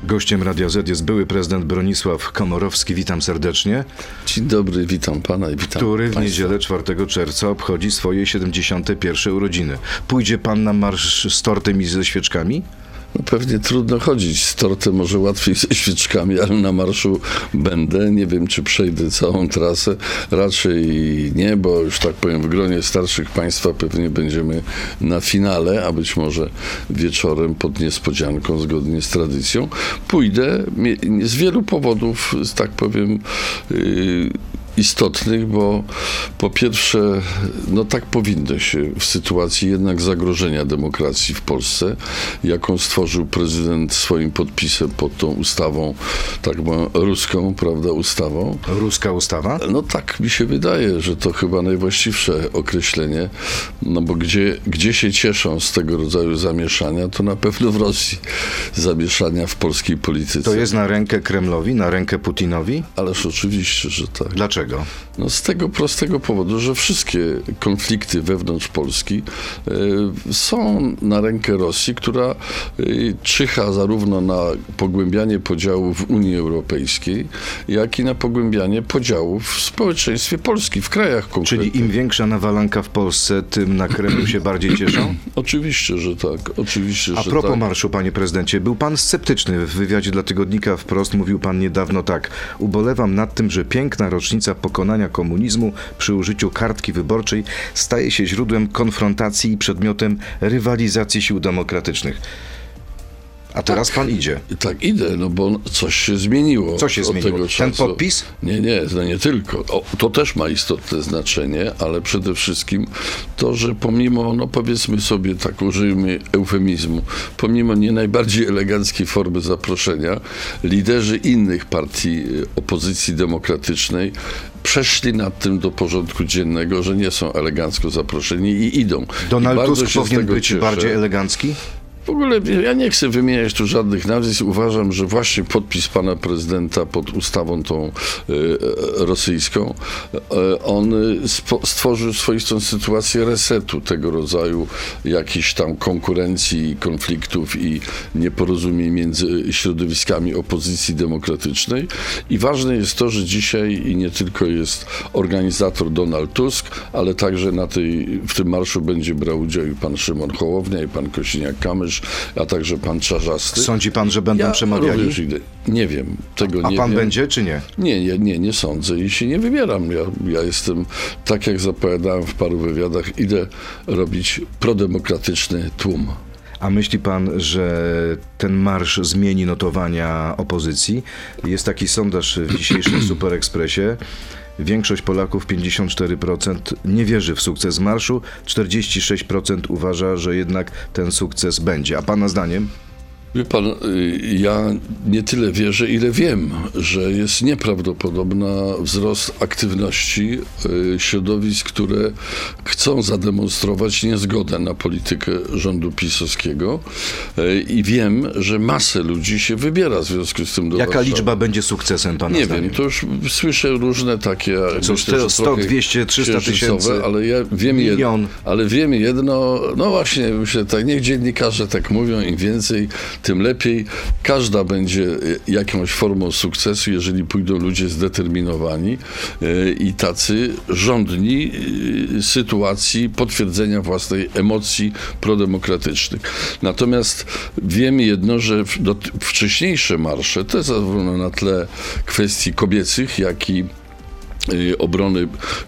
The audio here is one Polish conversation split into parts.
Gościem Radia Z jest były prezydent Bronisław Komorowski. Witam serdecznie. Dzień dobry, witam pana i witam Który w państwa. niedzielę 4 czerwca obchodzi swoje 71. urodziny. Pójdzie pan na marsz z tortem i ze świeczkami? No pewnie trudno chodzić z tortem, może łatwiej ze świeczkami, ale na marszu będę. Nie wiem, czy przejdę całą trasę. Raczej nie, bo już tak powiem, w gronie starszych państwa pewnie będziemy na finale, a być może wieczorem pod niespodzianką, zgodnie z tradycją. Pójdę z wielu powodów, tak powiem, istotnych, bo po pierwsze, no tak powinno się w sytuacji jednak zagrożenia demokracji w Polsce, jaką stworzył prezydent swoim podpisem pod tą ustawą, tak ruską, prawda, ustawą. Ruska ustawa? No tak mi się wydaje, że to chyba najwłaściwsze określenie, no bo gdzie się cieszą z tego rodzaju zamieszania, to na pewno w Rosji zamieszania w polskiej polityce. To jest na rękę Kremlowi, na rękę Putinowi? Ależ oczywiście, że tak. Dlaczego? No z tego prostego powodu, że wszystkie konflikty wewnątrz Polski są na rękę Rosji, która czyha zarówno na pogłębianie podziałów w Unii Europejskiej, jak i na pogłębianie podziałów w społeczeństwie Polski, w krajach konkretnych. Czyli im większa nawalanka w Polsce, tym na Kremlu się bardziej cieszą? Oczywiście, że tak. Oczywiście, A że propos tak. marszu, panie prezydencie, był pan sceptyczny. W wywiadzie dla tygodnika Wprost mówił pan niedawno tak: ubolewam nad tym, że piękna rocznica pokonania komunizmu przy użyciu kartki wyborczej staje się źródłem konfrontacji i przedmiotem rywalizacji sił demokratycznych. A teraz pan idzie. Tak, idę, no bo coś się zmieniło. Co się od zmieniło? Tego Ten czasu. podpis? Nie, no nie tylko. To też ma istotne znaczenie, ale przede wszystkim to, że pomimo, no powiedzmy sobie, tak użyjmy eufemizmu, pomimo nie najbardziej eleganckiej formy zaproszenia, liderzy innych partii opozycji demokratycznej przeszli nad tym do porządku dziennego, że nie są elegancko zaproszeni i idą. Donald I bardzo Tusk się z powinien tego być cieszę. bardziej elegancki? W ogóle ja nie chcę wymieniać tu żadnych nazwisk. Uważam, że właśnie podpis pana prezydenta pod ustawą tą rosyjską, on stworzył swoistą sytuację resetu tego rodzaju jakichś tam konkurencji, konfliktów i nieporozumień między środowiskami opozycji demokratycznej. I ważne jest to, że dzisiaj i nie tylko jest organizator Donald Tusk, ale także w tym marszu będzie brał udział i pan Szymon Hołownia, i pan Kosiniak-Kamysz, a także pan Czarzasty. Sądzi pan, że będą przemawiali? Również idę. Nie wiem, tego nie wiem. A pan będzie, czy nie? Nie sądzę i się nie wybieram. Ja jestem, tak jak zapowiadałem w paru wywiadach, idę robić prodemokratyczny tłum. A myśli pan, że ten marsz zmieni notowania opozycji? Jest taki sondaż w dzisiejszym Super Expressie. Większość Polaków, 54%, nie wierzy w sukces marszu, 46% uważa, że jednak ten sukces będzie. A pana zdaniem? Wie pan, ja nie tyle wierzę, ile wiem, że jest nieprawdopodobny wzrost aktywności środowisk, które chcą zademonstrować niezgodę na politykę rządu pisowskiego i wiem, że masę ludzi się wybiera w związku z tym do Jaka Warszawy. liczba będzie sukcesem pana Nie zdaniem? wiem, to już słyszę różne takie... Co, myślę, że 100, trochę 200, 300 księżycowe, tysięcy, ale ja wiem milion. Ale wiem jedno, no właśnie, myślę tak, niech dziennikarze tak mówią, im więcej, tym lepiej. Każda będzie jakąś formą sukcesu, jeżeli pójdą ludzie zdeterminowani i tacy żądni sytuacji potwierdzenia własnej emocji prodemokratycznych. Natomiast wiemy jedno, że wcześniejsze marsze, to jest zarówno na tle kwestii kobiecych, jak i obrony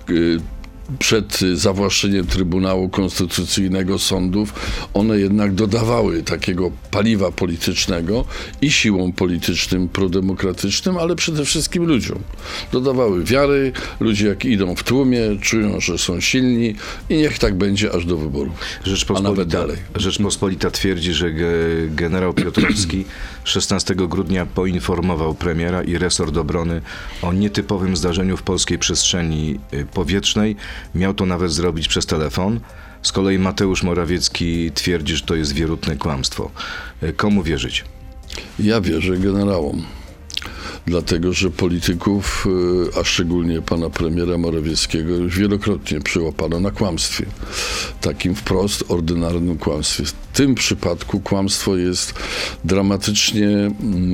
przed zawłaszczeniem Trybunału Konstytucyjnego, sądów, one jednak dodawały takiego paliwa politycznego i siłom politycznym, prodemokratycznym, ale przede wszystkim ludziom. Dodawały wiary, ludzie jak idą w tłumie, czują, że są silni i niech tak będzie aż do wyborów. A nawet dalej. Rzeczpospolita twierdzi, że generał Piotrowski 16 grudnia poinformował premiera i resort obrony o nietypowym zdarzeniu w polskiej przestrzeni powietrznej. Miał to nawet zrobić przez telefon. Z kolei Mateusz Morawiecki twierdzi, że to jest wierutne kłamstwo. Komu wierzyć? Ja wierzę generałom. dlatego że polityków, a szczególnie pana premiera Morawieckiego, już wielokrotnie przyłapano na kłamstwie. Takim wprost ordynarnym kłamstwie. W tym przypadku kłamstwo jest dramatycznie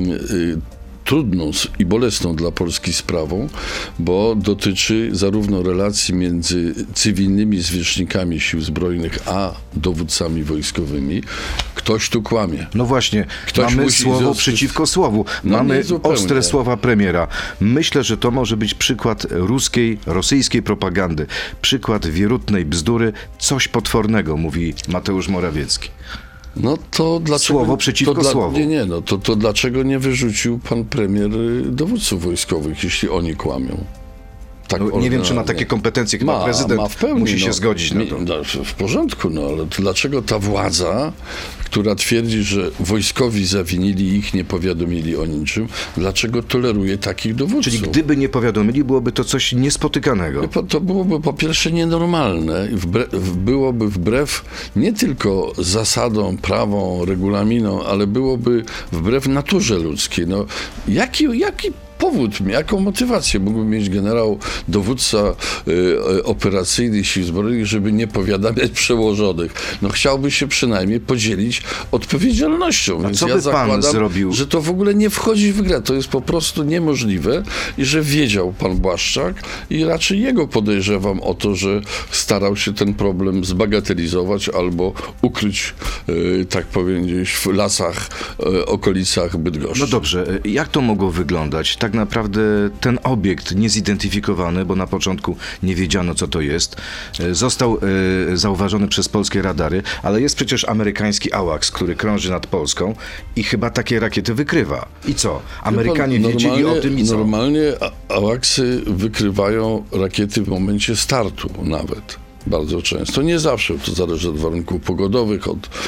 trudną i bolesną dla Polski sprawą, bo dotyczy zarówno relacji między cywilnymi zwierzchnikami sił zbrojnych a dowódcami wojskowymi. Ktoś tu kłamie. No właśnie, Ktoś mamy musi słowo przeciwko słowu. No Mamy nie zupełnie. ostre słowa premiera. Myślę, że to może być przykład rosyjskiej propagandy. Przykład wierutnej bzdury. Coś potwornego, mówi Mateusz Morawiecki. No to dlaczego... Słowo przeciwko słowu. Nie, no to dlaczego nie wyrzucił pan premier dowódców wojskowych, jeśli oni kłamią? Tak No, nie wiem, czy ma takie kompetencje, chyba prezydent w pełni, musi się zgodzić na to. W porządku, ale to dlaczego ta władza, która twierdzi, że wojskowi zawinili i ich nie powiadomili o niczym, dlaczego toleruje takich dowódców? Czyli gdyby nie powiadomili, byłoby to coś niespotykanego. To byłoby po pierwsze nienormalne i byłoby wbrew nie tylko zasadom, prawom, regulaminom, ale byłoby wbrew naturze ludzkiej. No, jaki powód, jaką motywację mógłby mieć generał, dowódca operacyjny Sił Zbrojnych, żeby nie powiadamiać przełożonych? No chciałby się przynajmniej podzielić odpowiedzialnością. Więc co by ja pan zakładam, zrobił? że to w ogóle nie wchodzi w grę. To jest po prostu niemożliwe i że wiedział pan Błaszczak i raczej jego podejrzewam o to, że starał się ten problem zbagatelizować albo ukryć, tak powiem, gdzieś w lasach, okolicach Bydgoszczy. No dobrze, jak to mogło wyglądać? Tak naprawdę ten obiekt niezidentyfikowany, bo na początku nie wiedziano, co to jest, został zauważony przez polskie radary, ale jest przecież amerykański AWACS, który krąży nad Polską i chyba takie rakiety wykrywa. I co? Amerykanie wiedzieli o tym i co? Normalnie AWACSy wykrywają rakiety w momencie startu nawet. Bardzo często. Nie zawsze, to zależy od warunków pogodowych,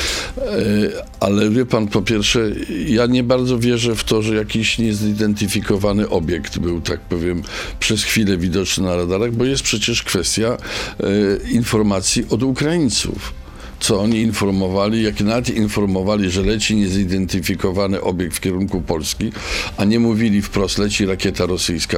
ale wie pan, po pierwsze, ja nie bardzo wierzę w to, że jakiś niezidentyfikowany obiekt był, tak powiem, przez chwilę widoczny na radarach, bo jest przecież kwestia informacji od Ukraińców. Co oni informowali, jak nawet informowali, że leci niezidentyfikowany obiekt w kierunku Polski, a nie mówili wprost, leci rakieta rosyjska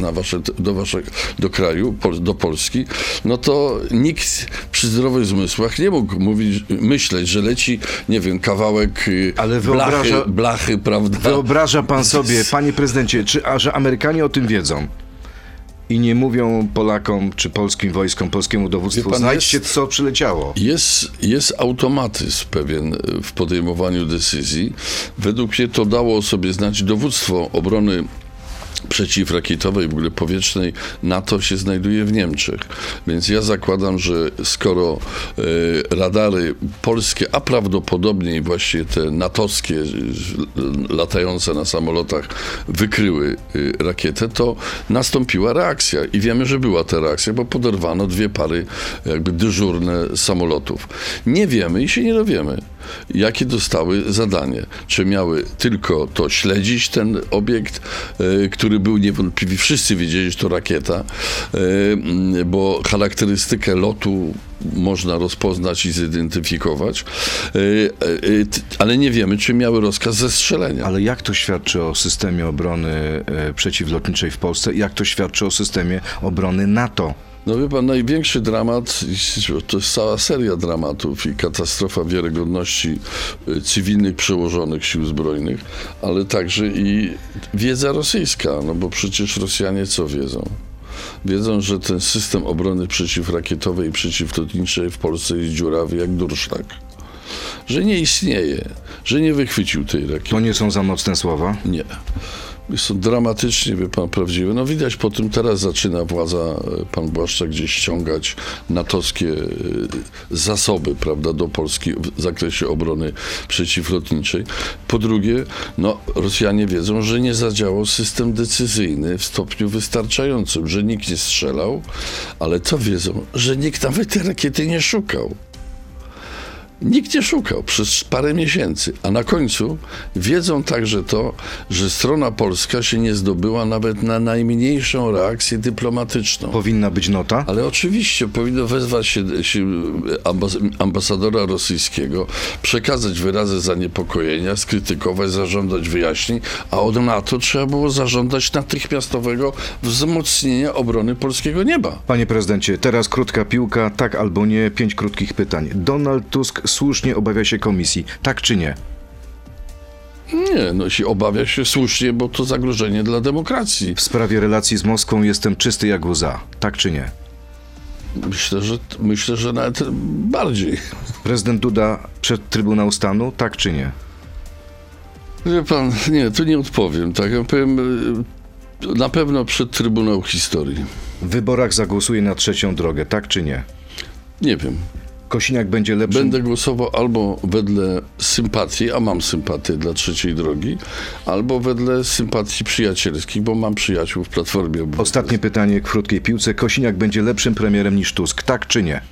do kraju, do Polski, no to nikt przy zdrowych zmysłach nie mógł myśleć, że leci, nie wiem, kawałek Ale blachy, prawda? Wyobraża pan sobie, panie prezydencie, że Amerykanie o tym wiedzą? I nie mówią Polakom, czy polskim wojskom, polskiemu dowództwu, znajdźcie, co przyleciało. Jest automatyzm pewien w podejmowaniu decyzji. Według mnie to dało sobie znać dowództwo obrony przeciwrakietowej, w ogóle powietrznej NATO się znajduje w Niemczech. Więc ja zakładam, że skoro radary polskie, a prawdopodobnie właśnie te natowskie latające na samolotach wykryły rakietę, to nastąpiła reakcja. I wiemy, że była ta reakcja, bo poderwano 2 pary jakby dyżurne samolotów. Nie wiemy i się nie dowiemy, jakie dostały zadanie. Czy miały tylko to śledzić, ten obiekt, który był niewątpliwie, wszyscy wiedzieli, że to rakieta, bo charakterystykę lotu można rozpoznać i zidentyfikować, ale nie wiemy, czy miały rozkaz zestrzelenia. Ale jak to świadczy o systemie obrony przeciwlotniczej w Polsce? Jak to świadczy o systemie obrony NATO? No wie pan, największy dramat, to jest cała seria dramatów i katastrofa wiarygodności cywilnych przełożonych sił zbrojnych, ale także i wiedza rosyjska, no bo przecież Rosjanie co wiedzą? Wiedzą, że ten system obrony przeciwrakietowej i przeciwlotniczej w Polsce jest dziurawy jak durszlak. Że nie istnieje, że nie wychwycił tej rakiety. To nie są za mocne słowa? Nie. Jest to dramatycznie, wie pan, prawdziwe. No widać po tym, teraz zaczyna władza, pan Błaszczak, gdzieś ściągać natowskie zasoby, prawda, do Polski w zakresie obrony przeciwlotniczej. Po drugie, no Rosjanie wiedzą, że nie zadziałał system decyzyjny w stopniu wystarczającym, że nikt nie strzelał, ale to wiedzą, że nikt nawet tej rakiety nie szukał. Nikt nie szukał przez parę miesięcy, a na końcu wiedzą także to, że strona polska się nie zdobyła nawet na najmniejszą reakcję dyplomatyczną. Powinna być nota? Ale oczywiście powinno wezwać się ambasadora rosyjskiego, przekazać wyrazy zaniepokojenia, skrytykować, zażądać wyjaśnień, a od NATO trzeba było zażądać natychmiastowego wzmocnienia obrony polskiego nieba. Panie prezydencie, teraz krótka piłka, tak albo nie, 5 krótkich pytań. Donald Tusk słusznie obawia się komisji, tak czy nie? Nie, no się obawia się słusznie, bo to zagrożenie dla demokracji. W sprawie relacji z Moskwą jestem czysty jak łza, tak czy nie? Myślę, że nawet bardziej. Prezydent Duda przed Trybunał Stanu, tak czy nie? Wie pan, nie, tu nie odpowiem. Tak, ja powiem, na pewno przed Trybunał Historii. W wyborach zagłosuje na trzecią drogę, tak czy nie? Nie wiem. Kosiniak będzie lepszym... Będę głosował albo wedle sympatii, a mam sympatię dla trzeciej drogi, albo wedle sympatii przyjacielskich, bo mam przyjaciół w Platformie Obywatelskiej. Ostatnie pytanie w krótkiej piłce. Kosiniak będzie lepszym premierem niż Tusk, tak czy nie?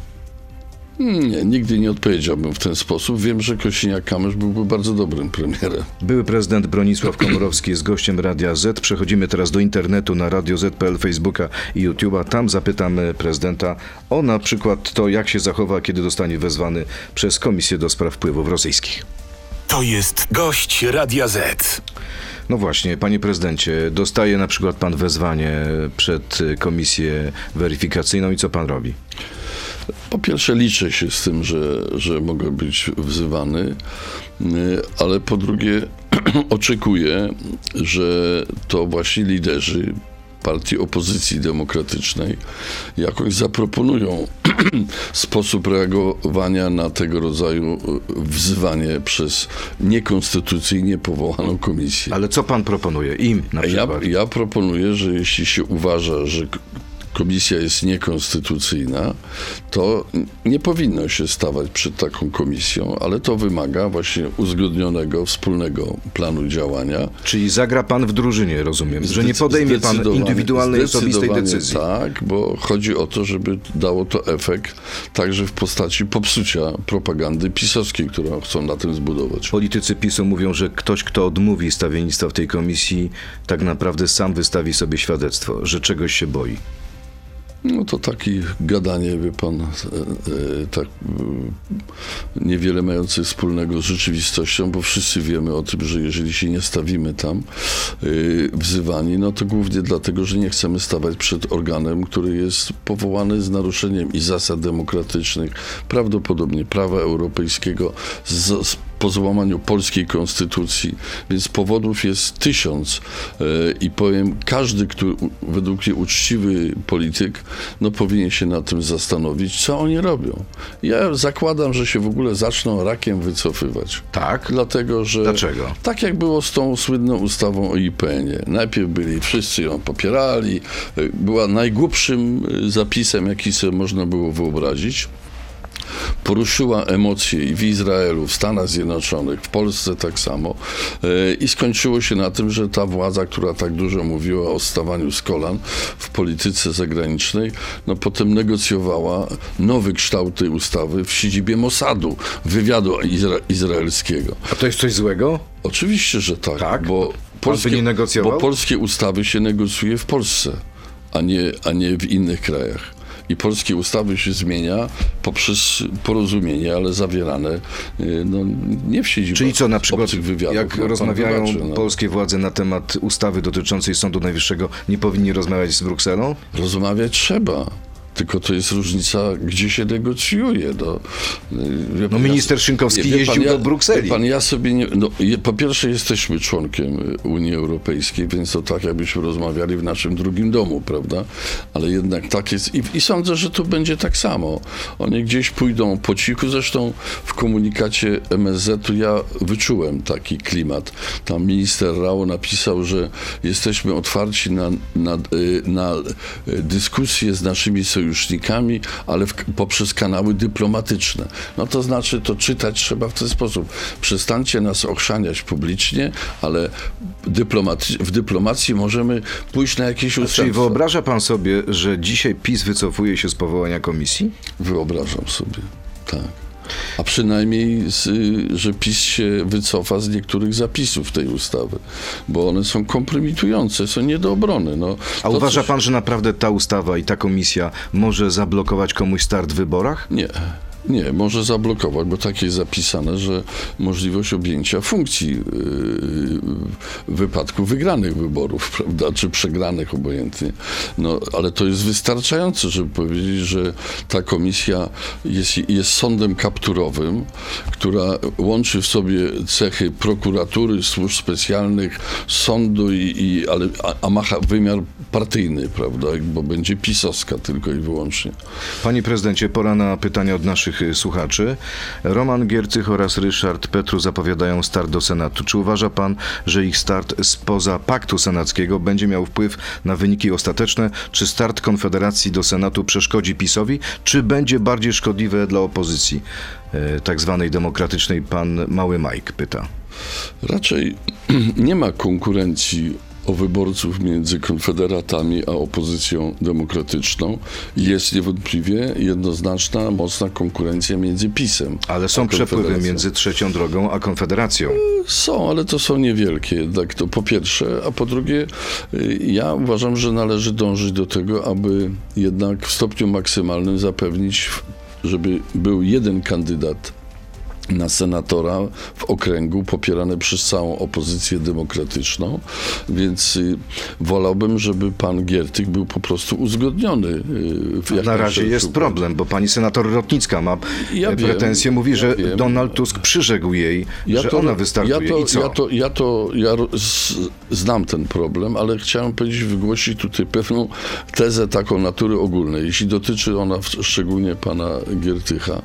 Nie, nigdy nie odpowiedziałbym w ten sposób. Wiem, że Kosiniak-Kamysz byłby bardzo dobrym premierem. Były prezydent Bronisław Komorowski jest gościem Radia Z. Przechodzimy teraz do internetu na Radio Z.pl, Facebooka i YouTube'a. Tam zapytamy prezydenta o na przykład to, jak się zachowa, kiedy zostanie wezwany przez Komisję do Spraw Wpływów Rosyjskich. To jest gość Radia Z. No właśnie, panie prezydencie, dostaje na przykład pan wezwanie przed komisję weryfikacyjną i co pan robi? Po pierwsze liczę się z tym, że mogę być wzywany, ale po drugie oczekuję, że to właśnie liderzy partii opozycji demokratycznej jakoś zaproponują sposób reagowania na tego rodzaju wzywanie przez niekonstytucyjnie powołaną komisję. Ale co pan proponuje im na przykład? Ja proponuję, że jeśli się uważa, że komisja jest niekonstytucyjna, to nie powinno się stawać przed taką komisją, ale to wymaga właśnie uzgodnionego, wspólnego planu działania. Czyli zagra pan w drużynie, rozumiem, że nie podejmie pan indywidualnej, osobistej decyzji. Tak, bo chodzi o to, żeby dało to efekt także w postaci popsucia propagandy pisowskiej, którą chcą na tym zbudować. Politycy PiS-u mówią, że ktoś, kto odmówi stawiennictwa w tej komisji, tak naprawdę sam wystawi sobie świadectwo, że czegoś się boi. No to takie gadanie, wie pan, tak niewiele mające wspólnego z rzeczywistością, bo wszyscy wiemy o tym, że jeżeli się nie stawimy tam wzywani, no to głównie dlatego, że nie chcemy stawać przed organem, który jest powołany z naruszeniem i zasad demokratycznych, prawdopodobnie prawa europejskiego, po złamaniu polskiej konstytucji, więc powodów jest 1000 i powiem, każdy, który według mnie uczciwy polityk, no powinien się nad tym zastanowić, co oni robią. Ja zakładam, że się w ogóle zaczną rakiem wycofywać. Tak? Dlatego, że... Dlaczego? Tak jak było z tą słynną ustawą o IPN-ie. Najpierw wszyscy ją popierali, była najgłupszym zapisem, jaki sobie można było wyobrazić. Poruszyła emocje i w Izraelu, w Stanach Zjednoczonych, w Polsce tak samo i skończyło się na tym, że ta władza, która tak dużo mówiła o stawaniu z kolan w polityce zagranicznej, no potem negocjowała nowy kształt tej ustawy w siedzibie Mossadu, wywiadu izraelskiego. A to jest coś złego? Oczywiście, że tak, Tak? bo polskie ustawy się negocjuje w Polsce, a nie w innych krajach. I polskie ustawy się zmienia poprzez porozumienie, ale zawierane no, nie w siedzibach. Czyli co, na przykład, obcych wywiadów, jak rozmawiają polskie władze na temat ustawy dotyczącej Sądu Najwyższego, nie powinni rozmawiać z Brukselą? Rozmawiać trzeba. Tylko to jest różnica, gdzie się negocjuje. No minister Szynkowski jeździł do Brukseli. Pan, ja sobie nie... No, po pierwsze jesteśmy członkiem Unii Europejskiej, więc to tak jakbyśmy rozmawiali w naszym drugim domu, prawda? Ale jednak tak jest. I sądzę, że tu będzie tak samo. Oni gdzieś pójdą po cichu. Zresztą w komunikacie MSZ-u ja wyczułem taki klimat. Tam minister Rau napisał, że jesteśmy otwarci na dyskusję z naszymi sojusznikami, ale poprzez kanały dyplomatyczne. No to znaczy, to czytać trzeba w ten sposób. Przestańcie nas ochrzaniać publicznie, ale w dyplomacji możemy pójść na jakieś ustępstwa. Czyli wyobraża pan sobie, że dzisiaj PiS wycofuje się z powołania komisji? Wyobrażam sobie, tak. A przynajmniej, że PiS się wycofa z niektórych zapisów tej ustawy, bo one są kompromitujące, są nie do obrony. No, A uważa pan, że naprawdę ta ustawa i ta komisja może zablokować komuś start w wyborach? Nie, może zablokować, bo tak jest zapisane, że możliwość objęcia funkcji w wypadku wygranych wyborów, prawda, czy przegranych obojętnie. No, ale to jest wystarczające, żeby powiedzieć, że ta komisja jest sądem kapturowym, która łączy w sobie cechy prokuratury, służb specjalnych, sądu, a ma wymiar partyjny, prawda, bo będzie pisowska tylko i wyłącznie. Panie prezydencie, pora na pytania od naszych słuchaczy. Roman Giertych oraz Ryszard Petru zapowiadają start do Senatu. Czy uważa pan, że ich start spoza paktu senackiego będzie miał wpływ na wyniki ostateczne? Czy start Konfederacji do Senatu przeszkodzi PiS-owi? Czy będzie bardziej szkodliwe dla opozycji tak zwanej demokratycznej? Pan Mały Mike pyta. Raczej nie ma konkurencji o wyborców między konfederatami a opozycją demokratyczną. Jest niewątpliwie jednoznaczna, mocna konkurencja między PiS-em. Ale są przepływy między Trzecią Drogą a Konfederacją. Są, ale to są niewielkie jednak, to po pierwsze, a po drugie ja uważam, że należy dążyć do tego, aby jednak w stopniu maksymalnym zapewnić, żeby był jeden kandydat na senatora w okręgu popierany przez całą opozycję demokratyczną, więc wolałbym, żeby pan Giertych był po prostu uzgodniony. Na razie jest problem, bo pani senator Rotnicka ma pretensje, mówi, że Donald Tusk przyrzekł jej, że ona wystartuje. I co? Ja znam ten problem, ale chciałem powiedzieć, wygłosić tutaj pewną tezę taką natury ogólnej. Jeśli dotyczy ona szczególnie pana Giertycha,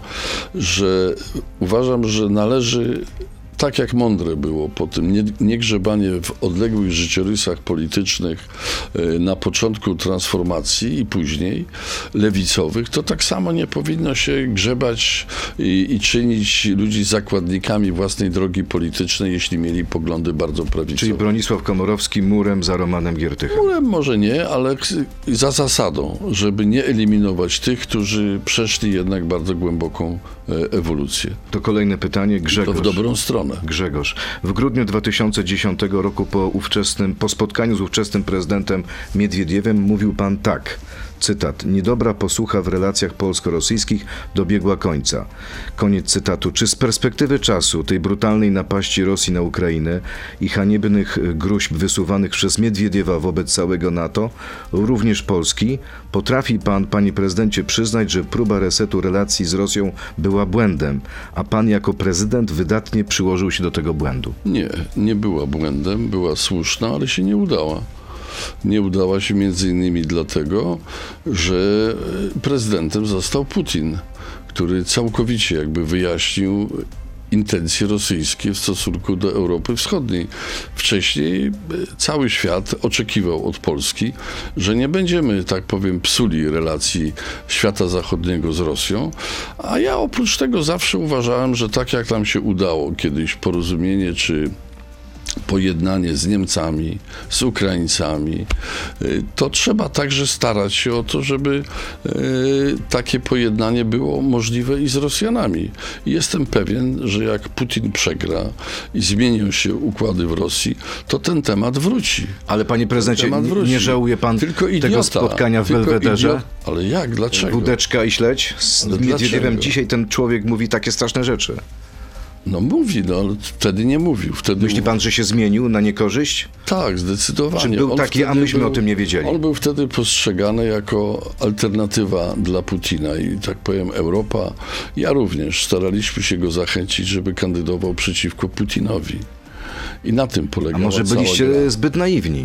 że uważam, że należy, tak jak mądre było po tym, nie grzebanie w odległych życiorysach politycznych na początku transformacji i później lewicowych, to tak samo nie powinno się grzebać i czynić ludzi zakładnikami własnej drogi politycznej, jeśli mieli poglądy bardzo prawicowe. Czyli Bronisław Komorowski murem za Romanem Giertychem. Murem może nie, ale za zasadą, żeby nie eliminować tych, którzy przeszli jednak bardzo głęboką ewolucję. To kolejne pytanie. Grzegorz. To w dobrą stronę. Grzegorz. W grudniu 2010 roku po spotkaniu z ówczesnym prezydentem Miedwiediewem mówił pan tak, cytat, niedobra posłucha w relacjach polsko-rosyjskich dobiegła końca. Koniec cytatu. Czy z perspektywy czasu tej brutalnej napaści Rosji na Ukrainę i haniebnych gróźb wysuwanych przez Miedwiediewa wobec całego NATO, również Polski, potrafi pan, panie prezydencie, przyznać, że próba resetu relacji z Rosją była błędem, a pan jako prezydent wydatnie przyłożył się do tego błędu? Nie była błędem, była słuszna, ale się nie udała. Nie udała się między innymi dlatego, że prezydentem został Putin, który całkowicie jakby wyjaśnił intencje rosyjskie w stosunku do Europy Wschodniej. Wcześniej cały świat oczekiwał od Polski, że nie będziemy, tak powiem, psuli relacji świata zachodniego z Rosją, a ja oprócz tego zawsze uważałem, że tak jak nam się udało kiedyś porozumienie czy pojednanie z Niemcami, z Ukraińcami, to trzeba także starać się o to, żeby takie pojednanie było możliwe i z Rosjanami. Jestem pewien, że jak Putin przegra i zmienią się układy w Rosji, to ten temat wróci. Ale panie prezydencie, nie żałuje pan tego spotkania w Belwederze? Ale jak? Dlaczego? Wódeczka i śledź? Z Miedwiediewem dzisiaj ten człowiek mówi takie straszne rzeczy. No mówi, ale wtedy nie mówił. Myśli pan, że się zmienił na niekorzyść? Tak, zdecydowanie. Czy był taki, a myśmy o tym nie wiedzieli? On był wtedy postrzegany jako alternatywa dla Putina i tak powiem Europa. Ja również staraliśmy się go zachęcić, żeby kandydował przeciwko Putinowi. I na tym polegała A może byliście zbyt naiwni?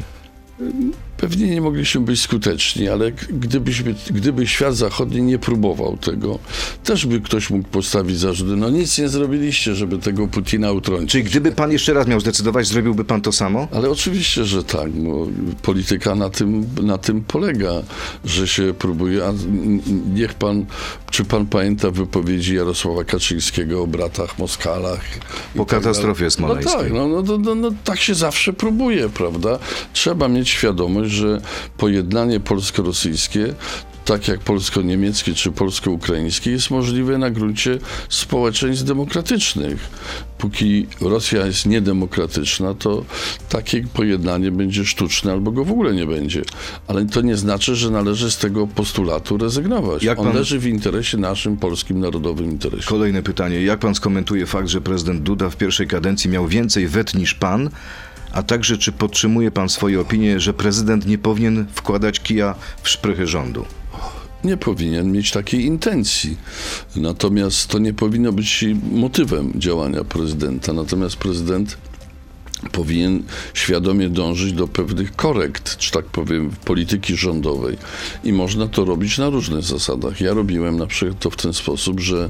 Pewnie nie mogliśmy być skuteczni, ale gdyby świat zachodni nie próbował tego, też by ktoś mógł postawić zarzuty. No nic nie zrobiliście, żeby tego Putina utrącić. Czyli gdyby pan jeszcze raz miał zdecydować, zrobiłby pan to samo? Ale oczywiście, że tak. No, polityka na tym polega, że się próbuje. A niech pan, czy pan pamięta wypowiedzi Jarosława Kaczyńskiego o bratach Moskalach? Po katastrofie smoleńskiej. No tak, tak się zawsze próbuje, prawda? Trzeba mieć świadomość, że pojednanie polsko-rosyjskie tak jak polsko-niemieckie czy polsko-ukraińskie, jest możliwe na gruncie społeczeństw demokratycznych. Póki Rosja jest niedemokratyczna, to takie pojednanie będzie sztuczne albo go w ogóle nie będzie. Ale to nie znaczy, że należy z tego postulatu rezygnować. On leży w interesie naszym, polskim, narodowym interesie. Kolejne pytanie. Jak pan skomentuje fakt, że prezydent Duda w pierwszej kadencji miał więcej wet niż pan? A także, czy podtrzymuje pan swoje opinie, że prezydent nie powinien wkładać kija w szprychy rządu? Nie powinien mieć takiej intencji. Natomiast to nie powinno być motywem działania prezydenta. Natomiast prezydent powinien świadomie dążyć do pewnych korekt, czy tak powiem, polityki rządowej. I można to robić na różnych zasadach. Ja robiłem na przykład to w ten sposób, że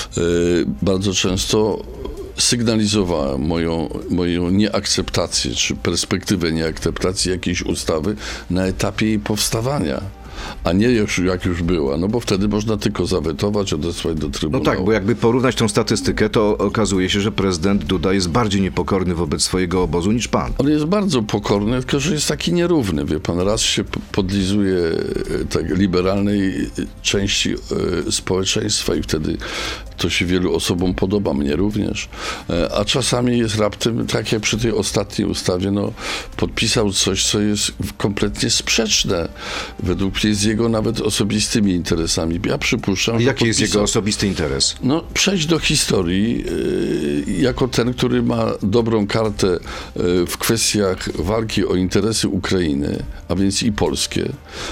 bardzo często sygnalizowałem moją nieakceptację, czy perspektywę nieakceptacji jakiejś ustawy na etapie jej powstawania. A nie jak już była, no bo wtedy można tylko zawetować, odesłać do Trybunału. No tak, bo jakby porównać tą statystykę, to okazuje się, że prezydent Duda jest bardziej niepokorny wobec swojego obozu niż pan. On jest bardzo pokorny, tylko że jest taki nierówny, wie pan. Raz się podlizuje tak liberalnej części społeczeństwa i wtedy to się wielu osobom podoba, mnie również. A czasami jest raptem, tak jak przy tej ostatniej ustawie, no podpisał coś, co jest kompletnie sprzeczne według mnie z jego nawet osobistymi interesami. Ja przypuszczam, że jaki jest jego osobisty interes? No, przejść do historii jako ten, który ma dobrą kartę w kwestiach walki o interesy Ukrainy, a więc i polskie,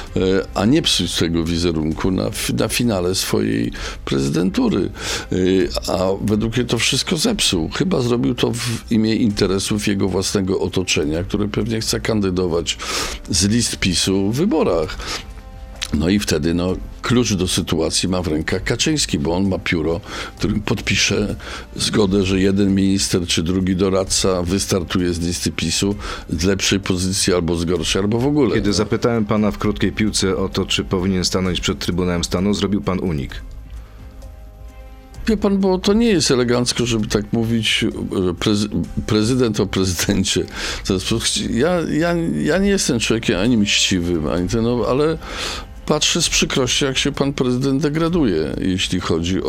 a nie psuć tego wizerunku na finale swojej prezydentury. A według mnie to wszystko zepsuł. Chyba zrobił to w imię interesów jego własnego otoczenia, które pewnie chce kandydować z list PiS-u w wyborach. No i wtedy klucz do sytuacji ma w rękach Kaczyński, bo on ma pióro, którym podpisze zgodę, że jeden minister czy drugi doradca wystartuje z listy PiS-u z lepszej pozycji albo z gorszej, albo w ogóle. Kiedy zapytałem pana w krótkiej piłce o to, czy powinien stanąć przed Trybunałem Stanu, zrobił pan unik. Wie pan, bo to nie jest elegancko, żeby tak mówić prezydent o prezydencie. Ja nie jestem człowiekiem ani mściwym, ani ale patrzę z przykrością, jak się pan prezydent degraduje, jeśli chodzi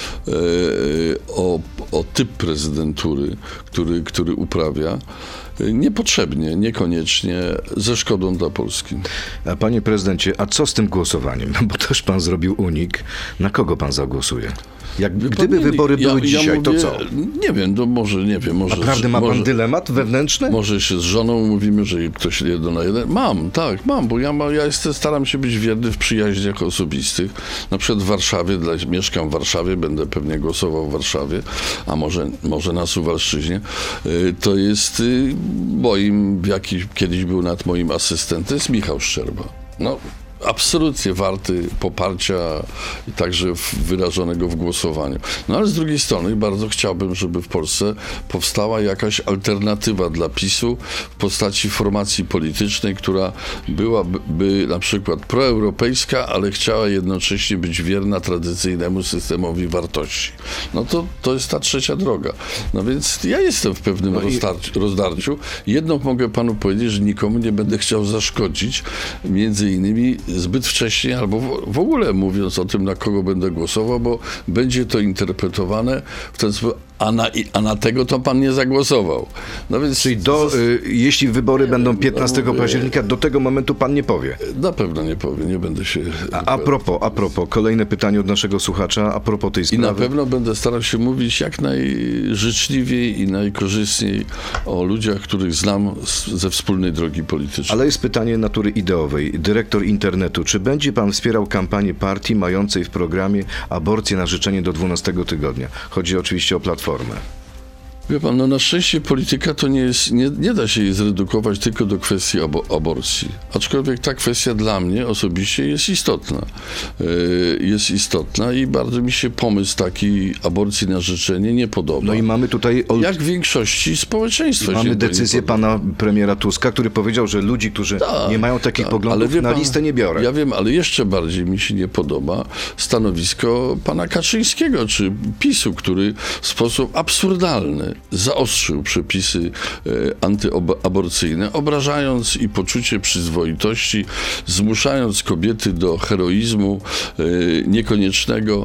o typ prezydentury, który uprawia. Niepotrzebnie, niekoniecznie, ze szkodą dla Polski. Panie prezydencie, a co z tym głosowaniem? Bo też pan zrobił unik. Na kogo pan zagłosuje? Gdyby wybory były dzisiaj, mówię, to co? Nie wiem, to może nie wiem. Naprawdę ma pan dylemat wewnętrzny? Może się z żoną mówimy, że ktoś 1 na 1. Mam, bo ja staram się być wierny w przyjaźniach osobistych. Na przykład w Warszawie, mieszkam w Warszawie, będę pewnie głosował w Warszawie, a może na Suwalszczyźnie. To jest kiedyś był nad moim asystentem, jest Michał Szczerba. Absolutnie warty poparcia i także wyrażonego w głosowaniu. Ale z drugiej strony bardzo chciałbym, żeby w Polsce powstała jakaś alternatywa dla PiS-u w postaci formacji politycznej, która byłaby na przykład proeuropejska, ale chciała jednocześnie być wierna tradycyjnemu systemowi wartości. To jest ta trzecia droga. Więc ja jestem w pewnym rozdarciu. Jedno mogę panu powiedzieć, że nikomu nie będę chciał zaszkodzić, między innymi zbyt wcześnie, albo w ogóle mówiąc o tym, na kogo będę głosował, bo będzie to interpretowane w ten sposób, a na tego to pan nie zagłosował. Czyli jeśli wybory będą 15 października, do tego momentu pan nie powie? Na pewno nie powie, nie będę się... A propos, kolejne pytanie od naszego słuchacza, a propos tej sprawy. I na pewno będę starał się mówić jak najżyczliwiej i najkorzystniej o ludziach, których znam ze wspólnej drogi politycznej. Ale jest pytanie natury ideowej. Dyrektor internetu, czy będzie pan wspierał kampanię partii mającej w programie aborcję na życzenie do 12 tygodnia? Chodzi oczywiście o Platformę. Wie pan, na szczęście polityka to nie da się jej zredukować tylko do kwestii aborcji. Aczkolwiek ta kwestia dla mnie osobiście jest istotna. Jest istotna i bardzo mi się pomysł taki aborcji na życzenie nie podoba. I mamy tutaj... Jak w większości społeczeństwa mamy decyzję pana premiera Tuska, który powiedział, że ludzi, którzy nie mają takich poglądów, na listę nie biorę. Ja wiem, ale jeszcze bardziej mi się nie podoba stanowisko pana Kaczyńskiego, czy PiS-u, który w sposób absurdalny zaostrzył przepisy antyaborcyjne, obrażając i poczucie przyzwoitości, zmuszając kobiety do heroizmu niekoniecznego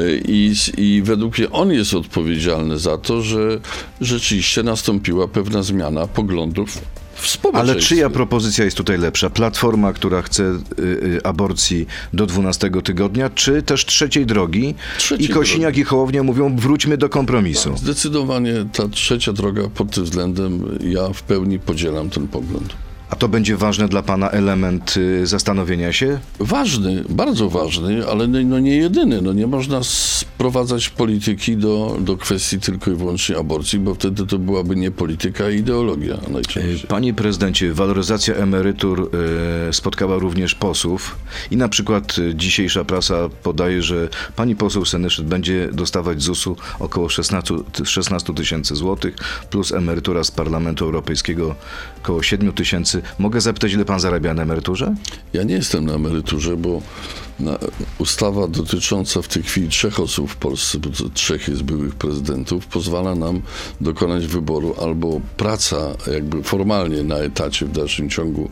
i według mnie on jest odpowiedzialny za to, że rzeczywiście nastąpiła pewna zmiana poglądów w społeczeństwie. Ale czyja propozycja jest tutaj lepsza? Platforma, która chce aborcji do 12 tygodnia, czy też trzeciej drogi? Trzeciej I Kosiniak i Hołownia mówią, wróćmy do kompromisu. Zdecydowanie ta trzecia droga pod tym względem, ja w pełni podzielam ten pogląd. A to będzie ważny dla pana element zastanowienia się? Ważny, bardzo ważny, ale no nie jedyny. No nie można sprowadzać polityki do kwestii tylko i wyłącznie aborcji, bo wtedy to byłaby nie polityka, a ideologia najczęściej. Panie prezydencie, waloryzacja emerytur spotkała również posłów i na przykład dzisiejsza prasa podaje, że pani poseł Senyszyn będzie dostawać z ZUS-u około 16 tysięcy złotych, plus emerytura z Parlamentu Europejskiego około 7 tysięcy. Mogę zapytać, ile pan zarabia na emeryturze? Ja nie jestem na emeryturze, bo ustawa dotycząca w tej chwili 3 osób w Polsce, bo to 3 jest byłych prezydentów, pozwala nam dokonać wyboru albo praca jakby formalnie na etacie w dalszym ciągu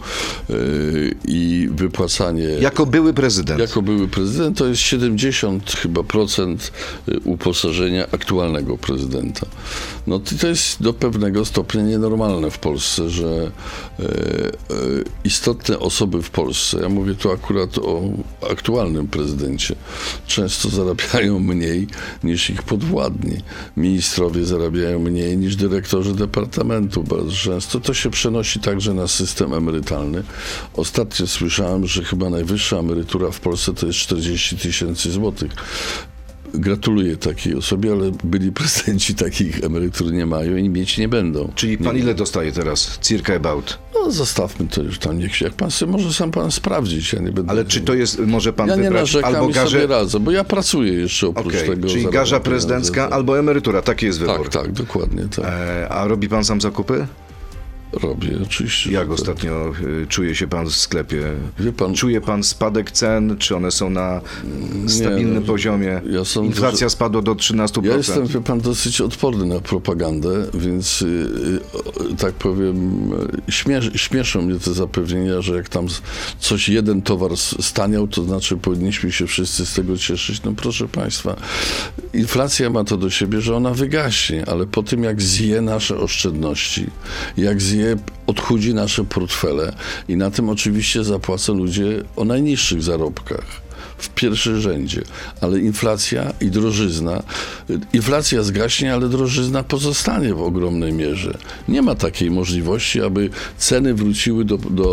i wypłacanie... Jako były prezydent. Jako były prezydent to jest 70 chyba procent uposażenia aktualnego prezydenta. No to jest do pewnego stopnia nienormalne w Polsce, że istotne osoby w Polsce, ja mówię tu akurat o aktualnym prezydencie, często zarabiają mniej niż ich podwładni. Ministrowie zarabiają mniej niż dyrektorzy departamentu. Bardzo często to się przenosi także na system emerytalny. Ostatnio słyszałem, że chyba najwyższa emerytura w Polsce to jest 40 tysięcy złotych. Gratuluję takiej osobie, ale byli prezydenci takich emerytur nie mają i mieć nie będą. Czyli pan ile dostaje teraz? Circa about? No zostawmy to już tam, niech się, jak pan sobie, może sam pan sprawdzić, ja nie będę... Ale czy to jest, może pan ja nie wybrać narzekam albo i sobie radzę, bo ja pracuję jeszcze oprócz tego. Czyli garza prezydencka albo emerytura, taki jest wybór. Tak, dokładnie tak. A robi pan sam zakupy? Robię, oczywiście. Jak ostatnio czuje się pan w sklepie? Wie pan, Czuje pan spadek cen? Czy one są na stabilnym poziomie? Ja sądzę, Inflacja spadła do 13%. Ja jestem, wie pan, dosyć odporny na propagandę, więc tak powiem, śmieszą mnie te zapewnienia, że jak tam jeden towar staniał, to znaczy powinniśmy się wszyscy z tego cieszyć. No proszę państwa, inflacja ma to do siebie, że ona wygaśnie, ale po tym jak zje nasze oszczędności, jak zje, odchudzi nasze portfele i na tym oczywiście zapłacą ludzie o najniższych zarobkach w pierwszym rzędzie, ale inflacja i drożyzna, inflacja zgaśnie, ale drożyzna pozostanie w ogromnej mierze. Nie ma takiej możliwości, aby ceny wróciły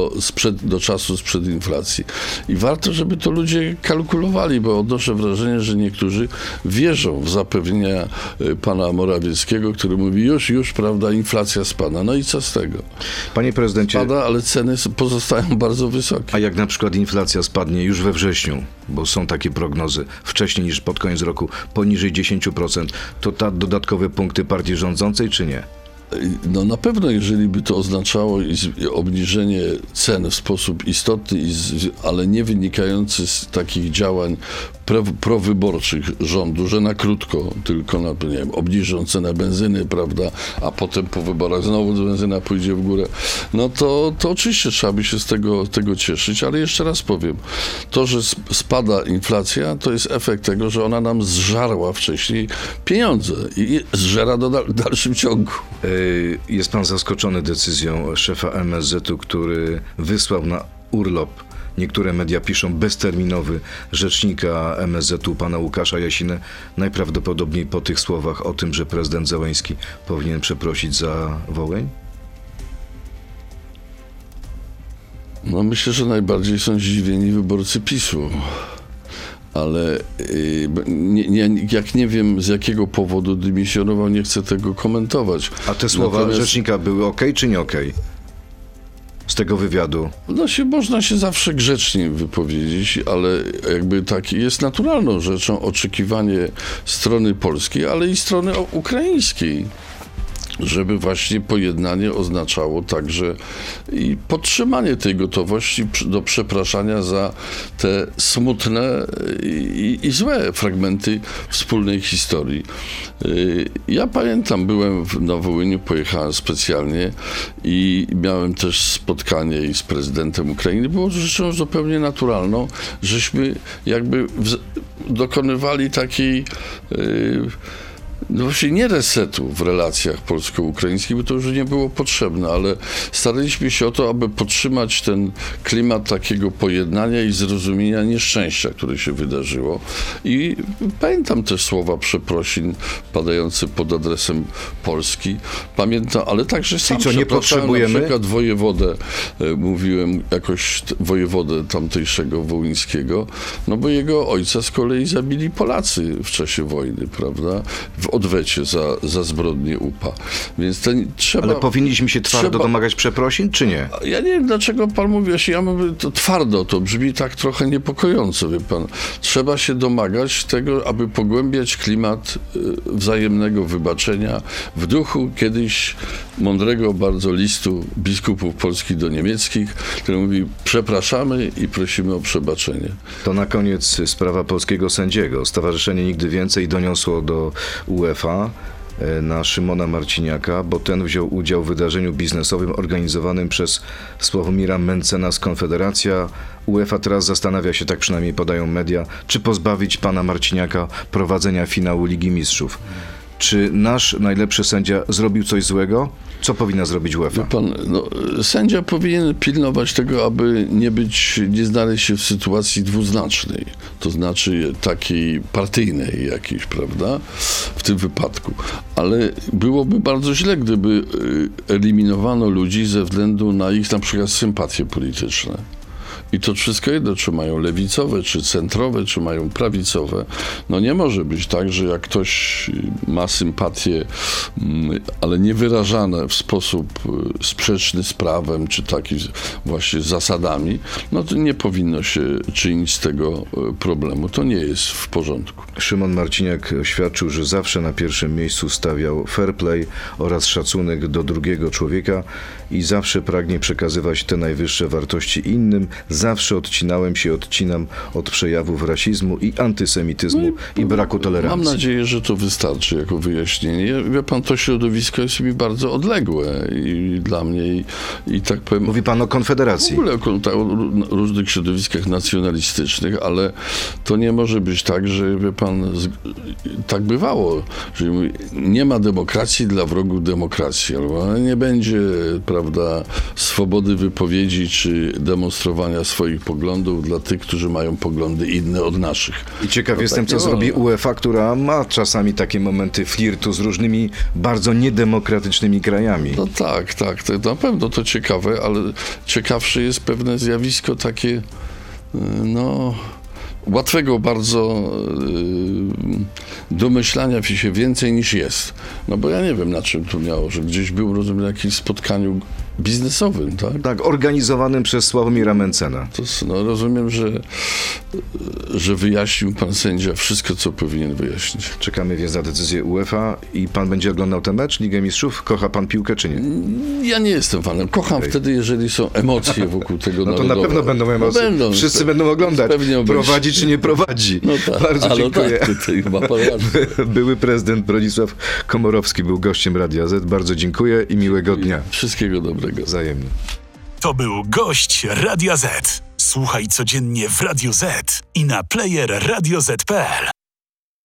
do czasu sprzed inflacji. I warto, żeby to ludzie kalkulowali, bo odnoszę wrażenie, że niektórzy wierzą w zapewnienia pana Morawieckiego, który mówi już, prawda, inflacja spada. No i co z tego? Panie prezydencie... Spada, ale ceny pozostają bardzo wysokie. A jak na przykład inflacja spadnie już we wrześniu, bo są takie prognozy, wcześniej niż pod koniec roku, poniżej 10%, to dodatkowe punkty partii rządzącej, czy nie? No na pewno, jeżeli by to oznaczało obniżenie cen w sposób istotny, ale nie wynikający z takich działań prowyborczych rządu, że na krótko tylko nie wiem, obniżą cenę benzyny, prawda, a potem po wyborach znowu benzyna pójdzie w górę, no to oczywiście trzeba by się z tego cieszyć, ale jeszcze raz powiem, to, że spada inflacja, to jest efekt tego, że ona nam zżarła wcześniej pieniądze i zżera w dalszym ciągu. Jest pan zaskoczony decyzją szefa MSZ-u, który wysłał na urlop, niektóre media piszą, bezterminowy rzecznika MSZ-u, pana Łukasza Jasinę, najprawdopodobniej po tych słowach o tym, że prezydent Zełenski powinien przeprosić za Wołyń? No myślę, że najbardziej są zdziwieni wyborcy PiS-u. Ale jak nie wiem z jakiego powodu dymisjonował, nie chcę tego komentować. A te słowa rzecznika były okej, czy nie okej? Z tego wywiadu? No można się zawsze grzecznie wypowiedzieć, ale jakby tak jest naturalną rzeczą oczekiwanie strony polskiej, ale i strony ukraińskiej. żeby właśnie pojednanie oznaczało także i podtrzymanie tej gotowości do przepraszania za te smutne i złe fragmenty wspólnej historii. Ja pamiętam, byłem na Wołyniu, pojechałem specjalnie i miałem też spotkanie i z prezydentem Ukrainy. Było rzeczą zupełnie naturalną, żeśmy jakby dokonywali takiej no właśnie nie resetu w relacjach polsko-ukraińskich, bo to już nie było potrzebne, ale staraliśmy się o to, aby podtrzymać ten klimat takiego pojednania i zrozumienia nieszczęścia, które się wydarzyło. I pamiętam też słowa przeprosin padające pod adresem Polski. Pamiętam, ale także sam co, nie potrzebujemy? Na przykład wojewodę, mówiłem jakoś wojewodę tamtejszego wołyńskiego, no bo jego ojca z kolei zabili Polacy w czasie wojny, prawda? W odwecie za zbrodnię UPA. Więc trzeba... Ale powinniśmy się twardo domagać przeprosin, czy nie? Ja nie wiem, dlaczego pan mówi, ja mówię, to twardo, to brzmi tak trochę niepokojąco, wie pan. Trzeba się domagać tego, aby pogłębiać klimat wzajemnego wybaczenia w duchu kiedyś mądrego bardzo listu biskupów polskich do niemieckich, który mówi, przepraszamy i prosimy o przebaczenie. To na koniec sprawa polskiego sędziego. Stowarzyszenie Nigdy Więcej doniosło do UEFA na Szymona Marciniaka, bo ten wziął udział w wydarzeniu biznesowym organizowanym przez Sławomira Mencena z Konfederacja. UEFA teraz zastanawia się, tak przynajmniej podają media, czy pozbawić pana Marciniaka prowadzenia finału Ligi Mistrzów. Czy nasz najlepszy sędzia zrobił coś złego? Co powinna zrobić UEFA? Pan, sędzia powinien pilnować tego, aby nie znaleźć się w sytuacji dwuznacznej, to znaczy takiej partyjnej jakiejś, prawda, w tym wypadku. Ale byłoby bardzo źle, gdyby eliminowano ludzi ze względu na ich na przykład sympatie polityczne. I to wszystko jedno, czy mają lewicowe, czy centrowe, czy mają prawicowe. No nie może być tak, że jak ktoś ma sympatie, ale nie wyrażane w sposób sprzeczny z prawem, czy taki właśnie z zasadami, no to nie powinno się czynić z tego problemu. To nie jest w porządku. Szymon Marciniak oświadczył, że zawsze na pierwszym miejscu stawiał fair play oraz szacunek do drugiego człowieka i zawsze pragnie przekazywać te najwyższe wartości innym. Zawsze odcinam od przejawów rasizmu i antysemityzmu i braku tolerancji. Mam nadzieję, że to wystarczy jako wyjaśnienie. Wie pan, to środowisko jest mi bardzo odległe i dla mnie i tak powiem... Mówi pan o Konfederacji. W ogóle o różnych środowiskach nacjonalistycznych, ale to nie może być tak, że wie pan, tak bywało, że nie ma demokracji dla wrogów demokracji, albo nie będzie, prawda, swobody wypowiedzi czy demonstrowania swoich poglądów dla tych, którzy mają poglądy inne od naszych. I ciekaw jestem, co zrobi UEFA, która ma czasami takie momenty flirtu z różnymi bardzo niedemokratycznymi krajami. No tak, to na pewno to ciekawe, ale ciekawsze jest pewne zjawisko takie, łatwego bardzo domyślania się więcej niż jest. No bo ja nie wiem, na czym to miało, że gdzieś był, rozumiem, na jakimś spotkaniu biznesowym, tak? Tak, organizowanym przez Sławomira Mencena. To, rozumiem, że wyjaśnił pan sędzia wszystko, co powinien wyjaśnić. Czekamy więc na decyzję UEFA i pan będzie oglądał ten mecz, Ligę Mistrzów? Kocha pan piłkę, czy nie? Ja nie jestem fanem. Kocham wtedy, jeżeli są emocje wokół tego No to narodowe. na pewno będą emocje. Wszyscy będą oglądać. Prowadzi czy nie prowadzi. No tak. Bardzo dziękuję. Były prezydent Bronisław Komorowski był gościem Radia Z. Bardzo dziękuję i miłego dnia. Wszystkiego dobrego. Wzajemnie. To był gość Radia Z. Słuchaj codziennie w Radio Z i na player radioz.pl.